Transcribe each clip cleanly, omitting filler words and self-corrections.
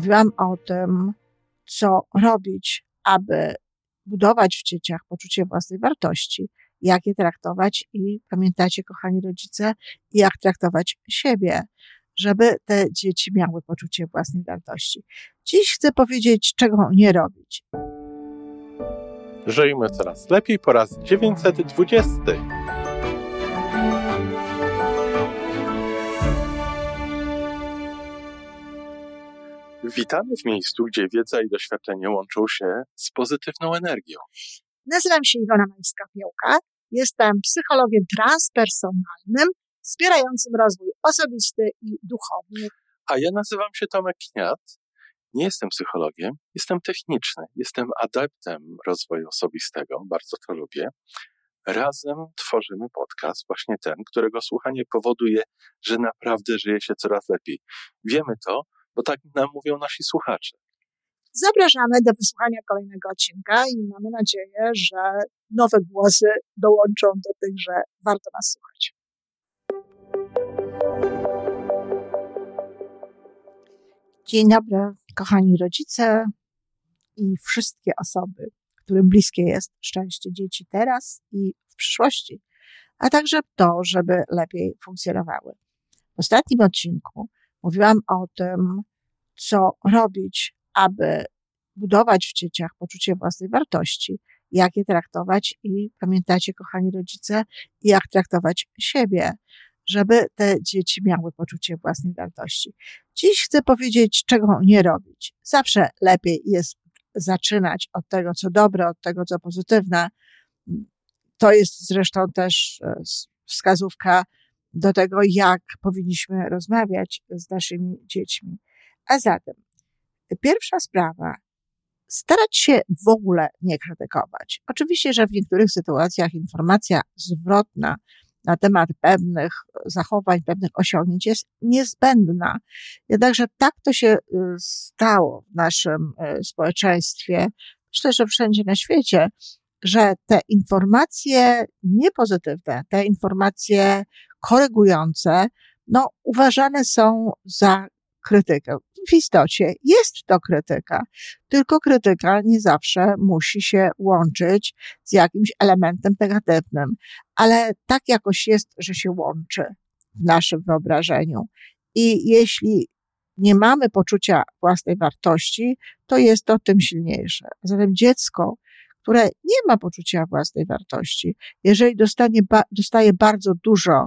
Mówiłam o tym, co robić, aby budować w dzieciach poczucie własnej wartości, jak je traktować i pamiętajcie, kochani rodzice, jak traktować siebie, żeby te dzieci miały poczucie własnej wartości. Dziś chcę powiedzieć, czego nie robić. Żyjmy coraz lepiej po raz 920. Witamy w miejscu, gdzie wiedza i doświadczenie łączą się z pozytywną energią. Nazywam się Iwona Majska-Piołka. Jestem psychologiem transpersonalnym, wspierającym rozwój osobisty i duchowy. A ja nazywam się Tomek Kniat. Nie jestem psychologiem, jestem techniczny, jestem adeptem rozwoju osobistego, bardzo to lubię. Razem tworzymy podcast, właśnie ten, którego słuchanie powoduje, że naprawdę żyje się coraz lepiej. Wiemy to, bo tak nam mówią nasi słuchacze. Zapraszamy do wysłuchania kolejnego odcinka i mamy nadzieję, że nowe głosy dołączą do tych, że warto nas słuchać. Dzień dobry, kochani rodzice i wszystkie osoby, którym bliskie jest szczęście dzieci teraz i w przyszłości, a także to, żeby lepiej funkcjonowały. W ostatnim odcinku mówiłam o tym, co robić, aby budować w dzieciach poczucie własnej wartości, jak je traktować i pamiętajcie, kochani rodzice, jak traktować siebie, żeby te dzieci miały poczucie własnej wartości. Dziś chcę powiedzieć, czego nie robić. Zawsze lepiej jest zaczynać od tego, co dobre, od tego, co pozytywne. To jest zresztą też wskazówka do tego, jak powinniśmy rozmawiać z naszymi dziećmi. A zatem, pierwsza sprawa, starać się w ogóle nie krytykować. Oczywiście, że w niektórych sytuacjach informacja zwrotna na temat pewnych zachowań, pewnych osiągnięć jest niezbędna. Jednakże tak to się stało w naszym społeczeństwie, myślę, że wszędzie na świecie, że te informacje niepozytywne, te informacje korygujące, uważane są za krytykę. W istocie jest to krytyka, tylko krytyka nie zawsze musi się łączyć z jakimś elementem negatywnym, ale tak jakoś jest, że się łączy w naszym wyobrażeniu. I jeśli nie mamy poczucia własnej wartości, to jest to tym silniejsze. Zatem dziecko, które nie ma poczucia własnej wartości, jeżeli dostaje bardzo dużo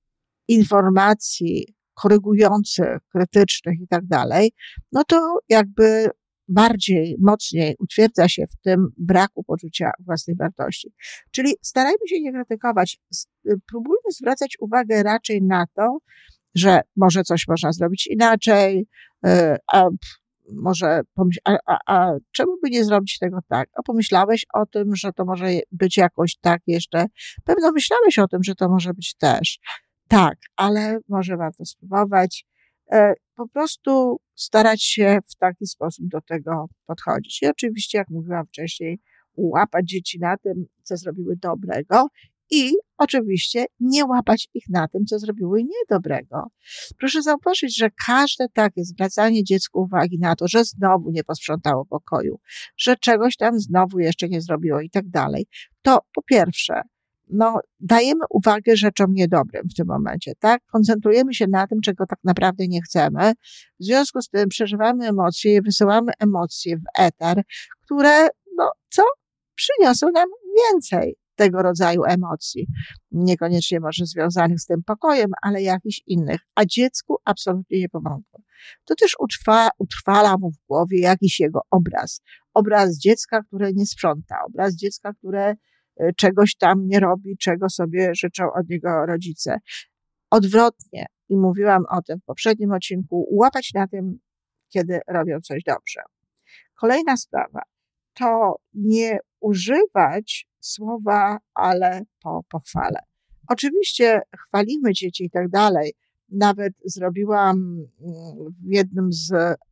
informacji korygujących, krytycznych i tak dalej, to jakby mocniej utwierdza się w tym braku poczucia własnej wartości. Czyli starajmy się nie krytykować, próbujmy zwracać uwagę raczej na to, że może coś można zrobić inaczej, może a czemu by nie zrobić tego tak? Pomyślałeś o tym, że to może być jakoś tak jeszcze? Pewno myślałeś o tym, że to może być też. Tak, ale może warto spróbować. Po prostu starać się w taki sposób do tego podchodzić. I oczywiście, jak mówiłam wcześniej, łapać dzieci na tym, co zrobiły dobrego i oczywiście nie łapać ich na tym, co zrobiły niedobrego. Proszę zauważyć, że każde takie zwracanie dziecku uwagi na to, że znowu nie posprzątało pokoju, że czegoś tam znowu jeszcze nie zrobiło i tak dalej, to po pierwsze, dajemy uwagę rzeczom niedobrym w tym momencie, tak? Koncentrujemy się na tym, czego tak naprawdę nie chcemy. W związku z tym przeżywamy emocje, wysyłamy emocje w eter, które, przyniosą nam więcej tego rodzaju emocji. Niekoniecznie może związanych z tym pokojem, ale jakichś innych. A dziecku absolutnie nie pomogło. To też utrwala mu w głowie jakiś jego obraz. Obraz dziecka, które nie sprząta. Obraz dziecka, które czegoś tam nie robi, czego sobie życzą od niego rodzice. Odwrotnie, i mówiłam o tym w poprzednim odcinku, łapać na tym, kiedy robią coś dobrze. Kolejna sprawa, to nie używać słowa ale po pochwale. Oczywiście chwalimy dzieci i tak dalej. Nawet zrobiłam w jednym z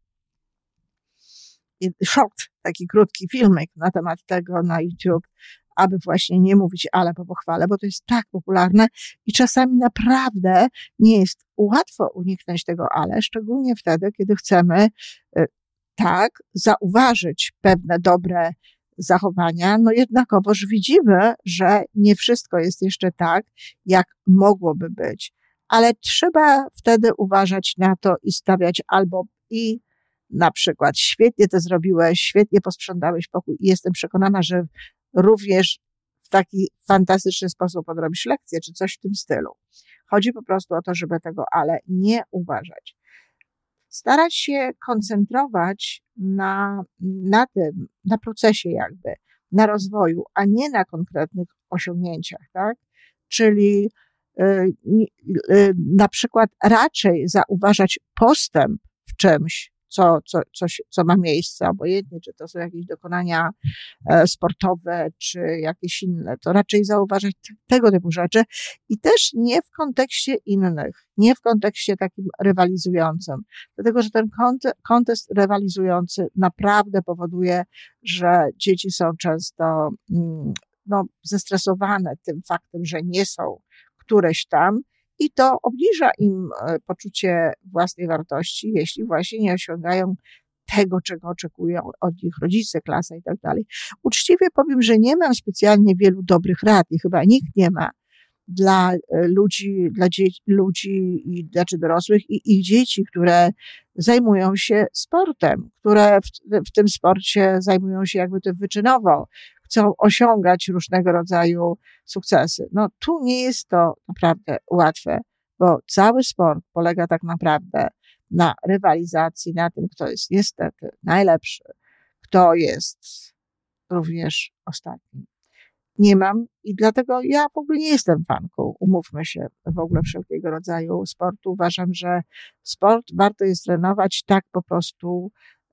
short, taki krótki filmik na temat tego na YouTube, aby właśnie nie mówić ale po pochwale, bo to jest tak popularne i czasami naprawdę nie jest łatwo uniknąć tego ale, szczególnie wtedy, kiedy chcemy tak, zauważyć pewne dobre zachowania, no jednakowoż widzimy, że nie wszystko jest jeszcze tak, jak mogłoby być. Ale trzeba wtedy uważać na to i stawiać albo i na przykład świetnie to zrobiłeś, świetnie posprzątałeś pokój i jestem przekonana, że również w taki fantastyczny sposób odrobisz lekcję, czy coś w tym stylu. Chodzi po prostu o to, żeby tego ale nie uważać. Starać się koncentrować na tym, na procesie jakby, na rozwoju, a nie na konkretnych osiągnięciach, tak? Czyli na przykład raczej zauważać postęp w czymś, co ma miejsce, obojętnie, czy to są jakieś dokonania sportowe, czy jakieś inne, to raczej zauważać tego typu rzeczy i też nie w kontekście innych, nie w kontekście takim rywalizującym, dlatego że ten kontekst rywalizujący naprawdę powoduje, że dzieci są często zestresowane tym faktem, że nie są któreś tam, i to obniża im poczucie własnej wartości, jeśli właśnie nie osiągają tego, czego oczekują od nich rodzice, klasa i tak dalej. Uczciwie powiem, że nie mam specjalnie wielu dobrych rad i chyba nikt nie ma dla ludzi, znaczy dorosłych i ich dzieci, które zajmują się sportem, które w tym sporcie zajmują się jakby to wyczynowo, chcą osiągać różnego rodzaju sukcesy. No tu nie jest to naprawdę łatwe, bo cały sport polega tak naprawdę na rywalizacji, na tym, kto jest niestety najlepszy, kto jest również ostatni. Nie mam i dlatego ja w ogóle nie jestem fanką, umówmy się, w ogóle wszelkiego rodzaju sportu. Uważam, że sport warto jest trenować tak po prostu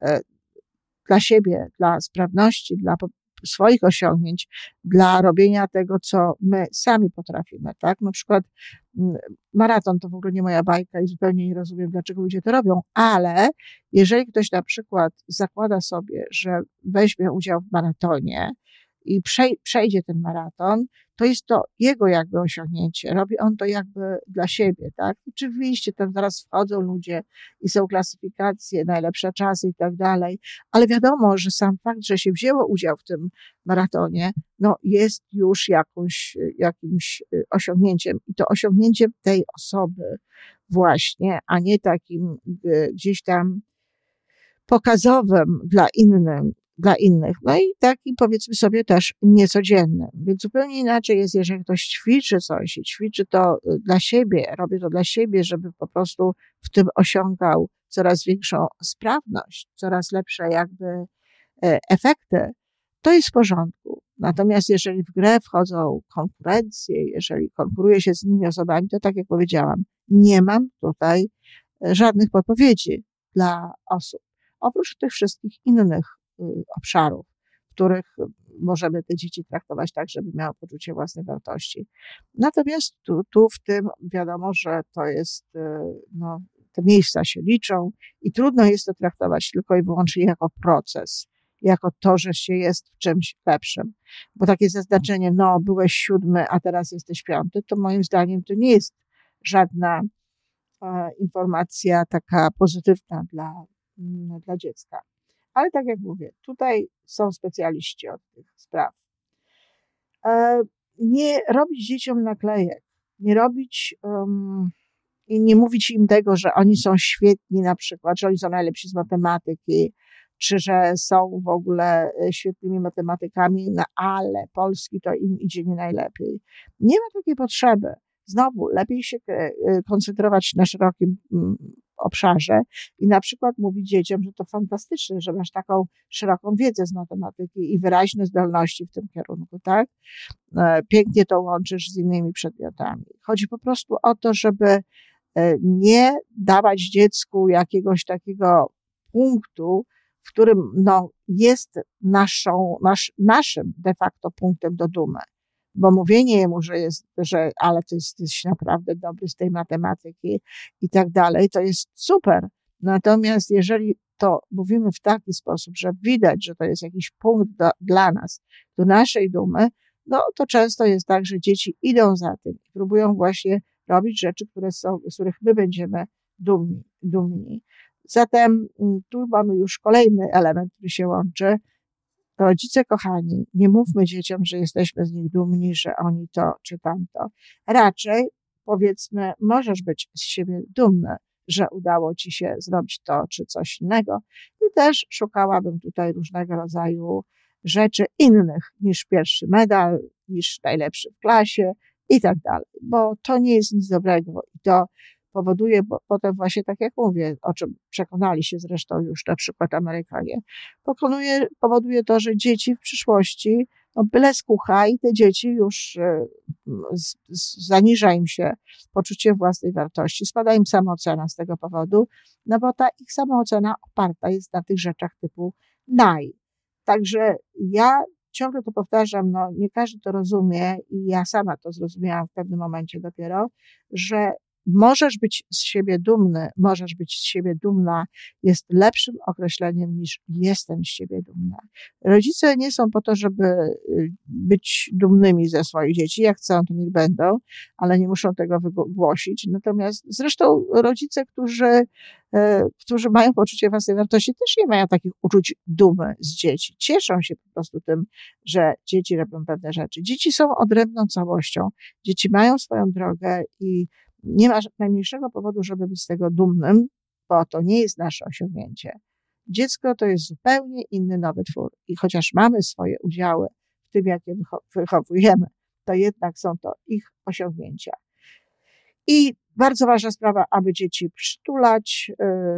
dla siebie, dla sprawności, dla swoich osiągnięć, dla robienia tego, co my sami potrafimy, tak? Na przykład maraton to w ogóle nie moja bajka i zupełnie nie rozumiem, dlaczego ludzie to robią, ale jeżeli ktoś na przykład zakłada sobie, że weźmie udział w maratonie i przejdzie ten maraton, to jest to jego jakby osiągnięcie. Robi on to jakby dla siebie, tak? Oczywiście tam zaraz wchodzą ludzie i są klasyfikacje, najlepsze czasy i tak dalej, ale wiadomo, że sam fakt, że się wzięło udział w tym maratonie, no jest już jakimś osiągnięciem i to osiągnięciem tej osoby właśnie, a nie takim gdzieś tam pokazowym dla innych. No i taki powiedzmy sobie też niecodzienny. Więc zupełnie inaczej jest, jeżeli ktoś ćwiczy coś i ćwiczy to dla siebie, robi to dla siebie, żeby po prostu w tym osiągał coraz większą sprawność, coraz lepsze jakby efekty, to jest w porządku. Natomiast jeżeli w grę wchodzą konkurencje, jeżeli konkuruje się z innymi osobami, to tak jak powiedziałam, nie mam tutaj żadnych podpowiedzi dla osób. Oprócz tych wszystkich innych obszarów, w których możemy te dzieci traktować tak, żeby miały poczucie własnej wartości. Natomiast tu w tym wiadomo, że to jest, te miejsca się liczą i trudno jest to traktować tylko i wyłącznie jako proces, jako to, że się jest w czymś lepszym. Bo takie zaznaczenie, byłeś 7, a teraz jesteś 5, to moim zdaniem to nie jest żadna informacja taka pozytywna dla dziecka. Ale tak jak mówię, tutaj są specjaliści od tych spraw. Nie robić dzieciom naklejek, nie robić i nie mówić im tego, że oni są świetni na przykład, że oni są najlepsi z matematyki, czy że są w ogóle świetnymi matematykami, ale polski to im idzie nie najlepiej. Nie ma takiej potrzeby. Znowu, lepiej się koncentrować na szerokim obszarze i na przykład mówić dzieciom, że to fantastyczne, że masz taką szeroką wiedzę z matematyki i wyraźne zdolności w tym kierunku, tak? Pięknie to łączysz z innymi przedmiotami. Chodzi po prostu o to, żeby nie dawać dziecku jakiegoś takiego punktu, w którym jest naszym de facto punktem do dumy. Bo mówienie jemu, ale ty jesteś naprawdę dobry z tej matematyki i tak dalej, to jest super. Natomiast jeżeli to mówimy w taki sposób, że widać, że to jest jakiś punkt dla nas, do naszej dumy, to często jest tak, że dzieci idą za tym i próbują właśnie robić rzeczy, z których my będziemy dumni. Zatem tu mamy już kolejny element, który się łączy. Rodzice kochani, nie mówmy dzieciom, że jesteśmy z nich dumni, że oni to czy tamto. Raczej powiedzmy, możesz być z siebie dumny, że udało ci się zrobić to czy coś innego. I też szukałabym tutaj różnego rodzaju rzeczy innych niż pierwszy medal, niż najlepszy w klasie i tak dalej, bo to nie jest nic dobrego i to powoduje, bo potem właśnie tak jak mówię, o czym przekonali się zresztą już na przykład Amerykanie, powoduje to, że dzieci w przyszłości, byle skucha i te dzieci już zaniża im się poczucie własnej wartości, spada im samoocena z tego powodu, bo ta ich samoocena oparta jest na tych rzeczach typu naj. Także ja ciągle to powtarzam, nie każdy to rozumie i ja sama to zrozumiałam w pewnym momencie dopiero, że możesz być z siebie dumny, możesz być z siebie dumna, jest lepszym określeniem niż jestem z siebie dumna. Rodzice nie są po to, żeby być dumnymi ze swoich dzieci. Jak chcą, to niech będą, ale nie muszą tego wygłosić. Natomiast zresztą rodzice, którzy mają poczucie własnej wartości, też nie mają takich uczuć dumy z dzieci. Cieszą się po prostu tym, że dzieci robią pewne rzeczy. Dzieci są odrębną całością. Dzieci mają swoją drogę i nie ma najmniejszego powodu, żeby być z tego dumnym, bo to nie jest nasze osiągnięcie. Dziecko to jest zupełnie inny nowy twór i chociaż mamy swoje udziały w tym, jak je wychowujemy, to jednak są to ich osiągnięcia. I bardzo ważna sprawa, aby dzieci przytulać,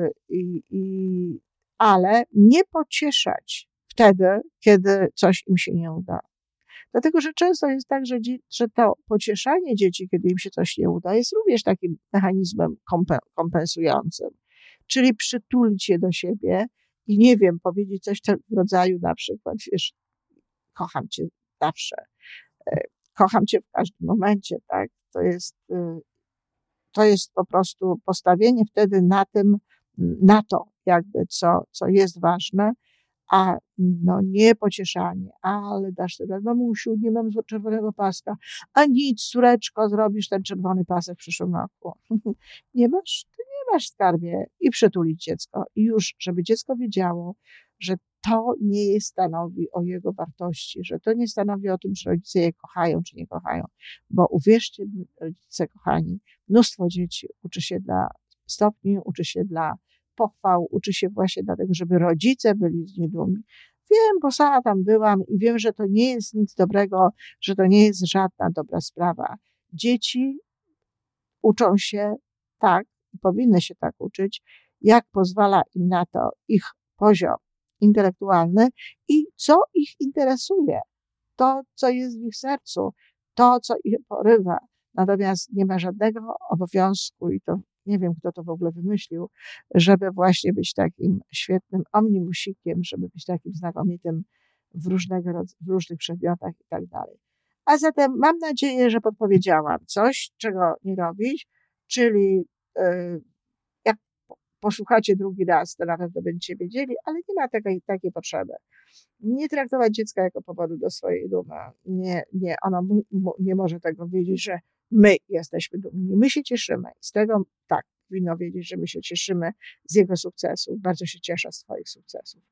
ale nie pocieszać wtedy, kiedy coś im się nie uda. Dlatego, że często jest tak, że to pocieszanie dzieci, kiedy im się coś nie uda, jest również takim mechanizmem kompensującym. Czyli przytulić je do siebie i nie wiem, powiedzieć coś w rodzaju na przykład, wiesz, kocham cię zawsze, kocham cię w każdym momencie, tak? To jest po prostu postawienie wtedy na to jakby, co jest ważne, a nie pocieszanie, ale dasz sobie, mamusiu, nie mam czerwonego paska, a nic, córeczko, zrobisz ten czerwony pasek w przyszłym roku. Nie masz, skarbie. I przytulić dziecko. I już, żeby dziecko wiedziało, że to nie stanowi o jego wartości, że to nie stanowi o tym, czy rodzice je kochają, czy nie kochają. Bo uwierzcie mi, rodzice kochani, mnóstwo dzieci uczy się dla stopni, uczy się dla pochwał, uczy się właśnie dlatego, żeby rodzice byli z nich dumni. Wiem, bo sama tam byłam i wiem, że to nie jest nic dobrego, że to nie jest żadna dobra sprawa. Dzieci uczą się tak i powinny się tak uczyć, jak pozwala im na to ich poziom intelektualny i co ich interesuje. To, co jest w ich sercu, to, co ich porywa. Natomiast nie ma żadnego obowiązku i to nie wiem, kto to w ogóle wymyślił, żeby właśnie być takim świetnym omnibusikiem, żeby być takim znakomitym w różnych przedmiotach i tak dalej. A zatem mam nadzieję, że podpowiedziałam coś, czego nie robić, czyli jak posłuchacie drugi raz, to na pewno będziecie wiedzieli, ale nie ma takiej potrzeby. Nie traktować dziecka jako powodu do swojej dumy. Nie, ono nie może tego wiedzieć, że my jesteśmy dumni. My się cieszymy. I z tego tak, powinno wiedzieć, że my się cieszymy z jego sukcesów. Bardzo się cieszę z twoich sukcesów.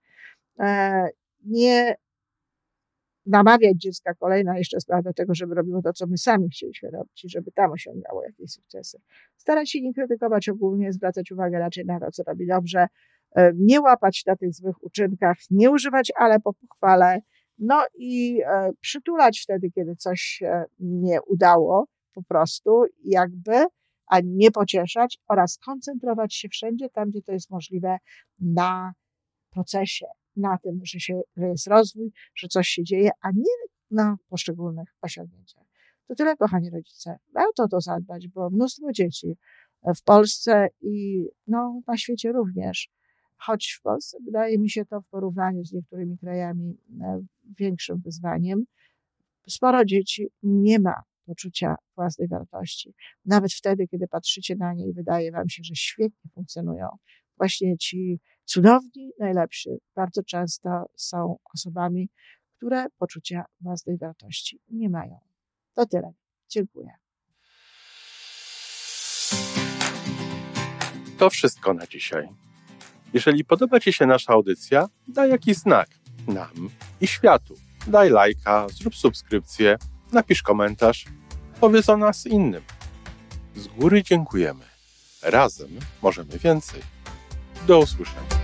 Nie namawiać dziecka, kolejna jeszcze sprawa do tego, żeby robiło to, co my sami chcieliśmy robić i żeby tam osiągało jakieś sukcesy. Starać się nie krytykować ogólnie, zwracać uwagę raczej na to, co robi dobrze, nie łapać na tych złych uczynkach, nie używać ale po pochwale, i przytulać wtedy, kiedy coś się nie udało, po prostu jakby, a nie pocieszać oraz koncentrować się wszędzie tam, gdzie to jest możliwe na procesie, na tym, że jest rozwój, że coś się dzieje, a nie na poszczególnych osiągnięciach. To tyle, kochani rodzice. Warto o to zadbać, bo mnóstwo dzieci w Polsce i na świecie również, choć w Polsce wydaje mi się to w porównaniu z niektórymi krajami większym wyzwaniem, sporo dzieci nie ma poczucia własnej wartości. Nawet wtedy, kiedy patrzycie na nie i wydaje wam się, że świetnie funkcjonują. Właśnie ci cudowni, najlepsi bardzo często są osobami, które poczucia własnej wartości nie mają. To tyle. Dziękuję. To wszystko na dzisiaj. Jeżeli podoba Ci się nasza audycja, daj jakiś znak nam i światu. Daj lajka, zrób subskrypcję, napisz komentarz, powiedz o nas innym. Z góry dziękujemy. Razem możemy więcej. Do usłyszenia.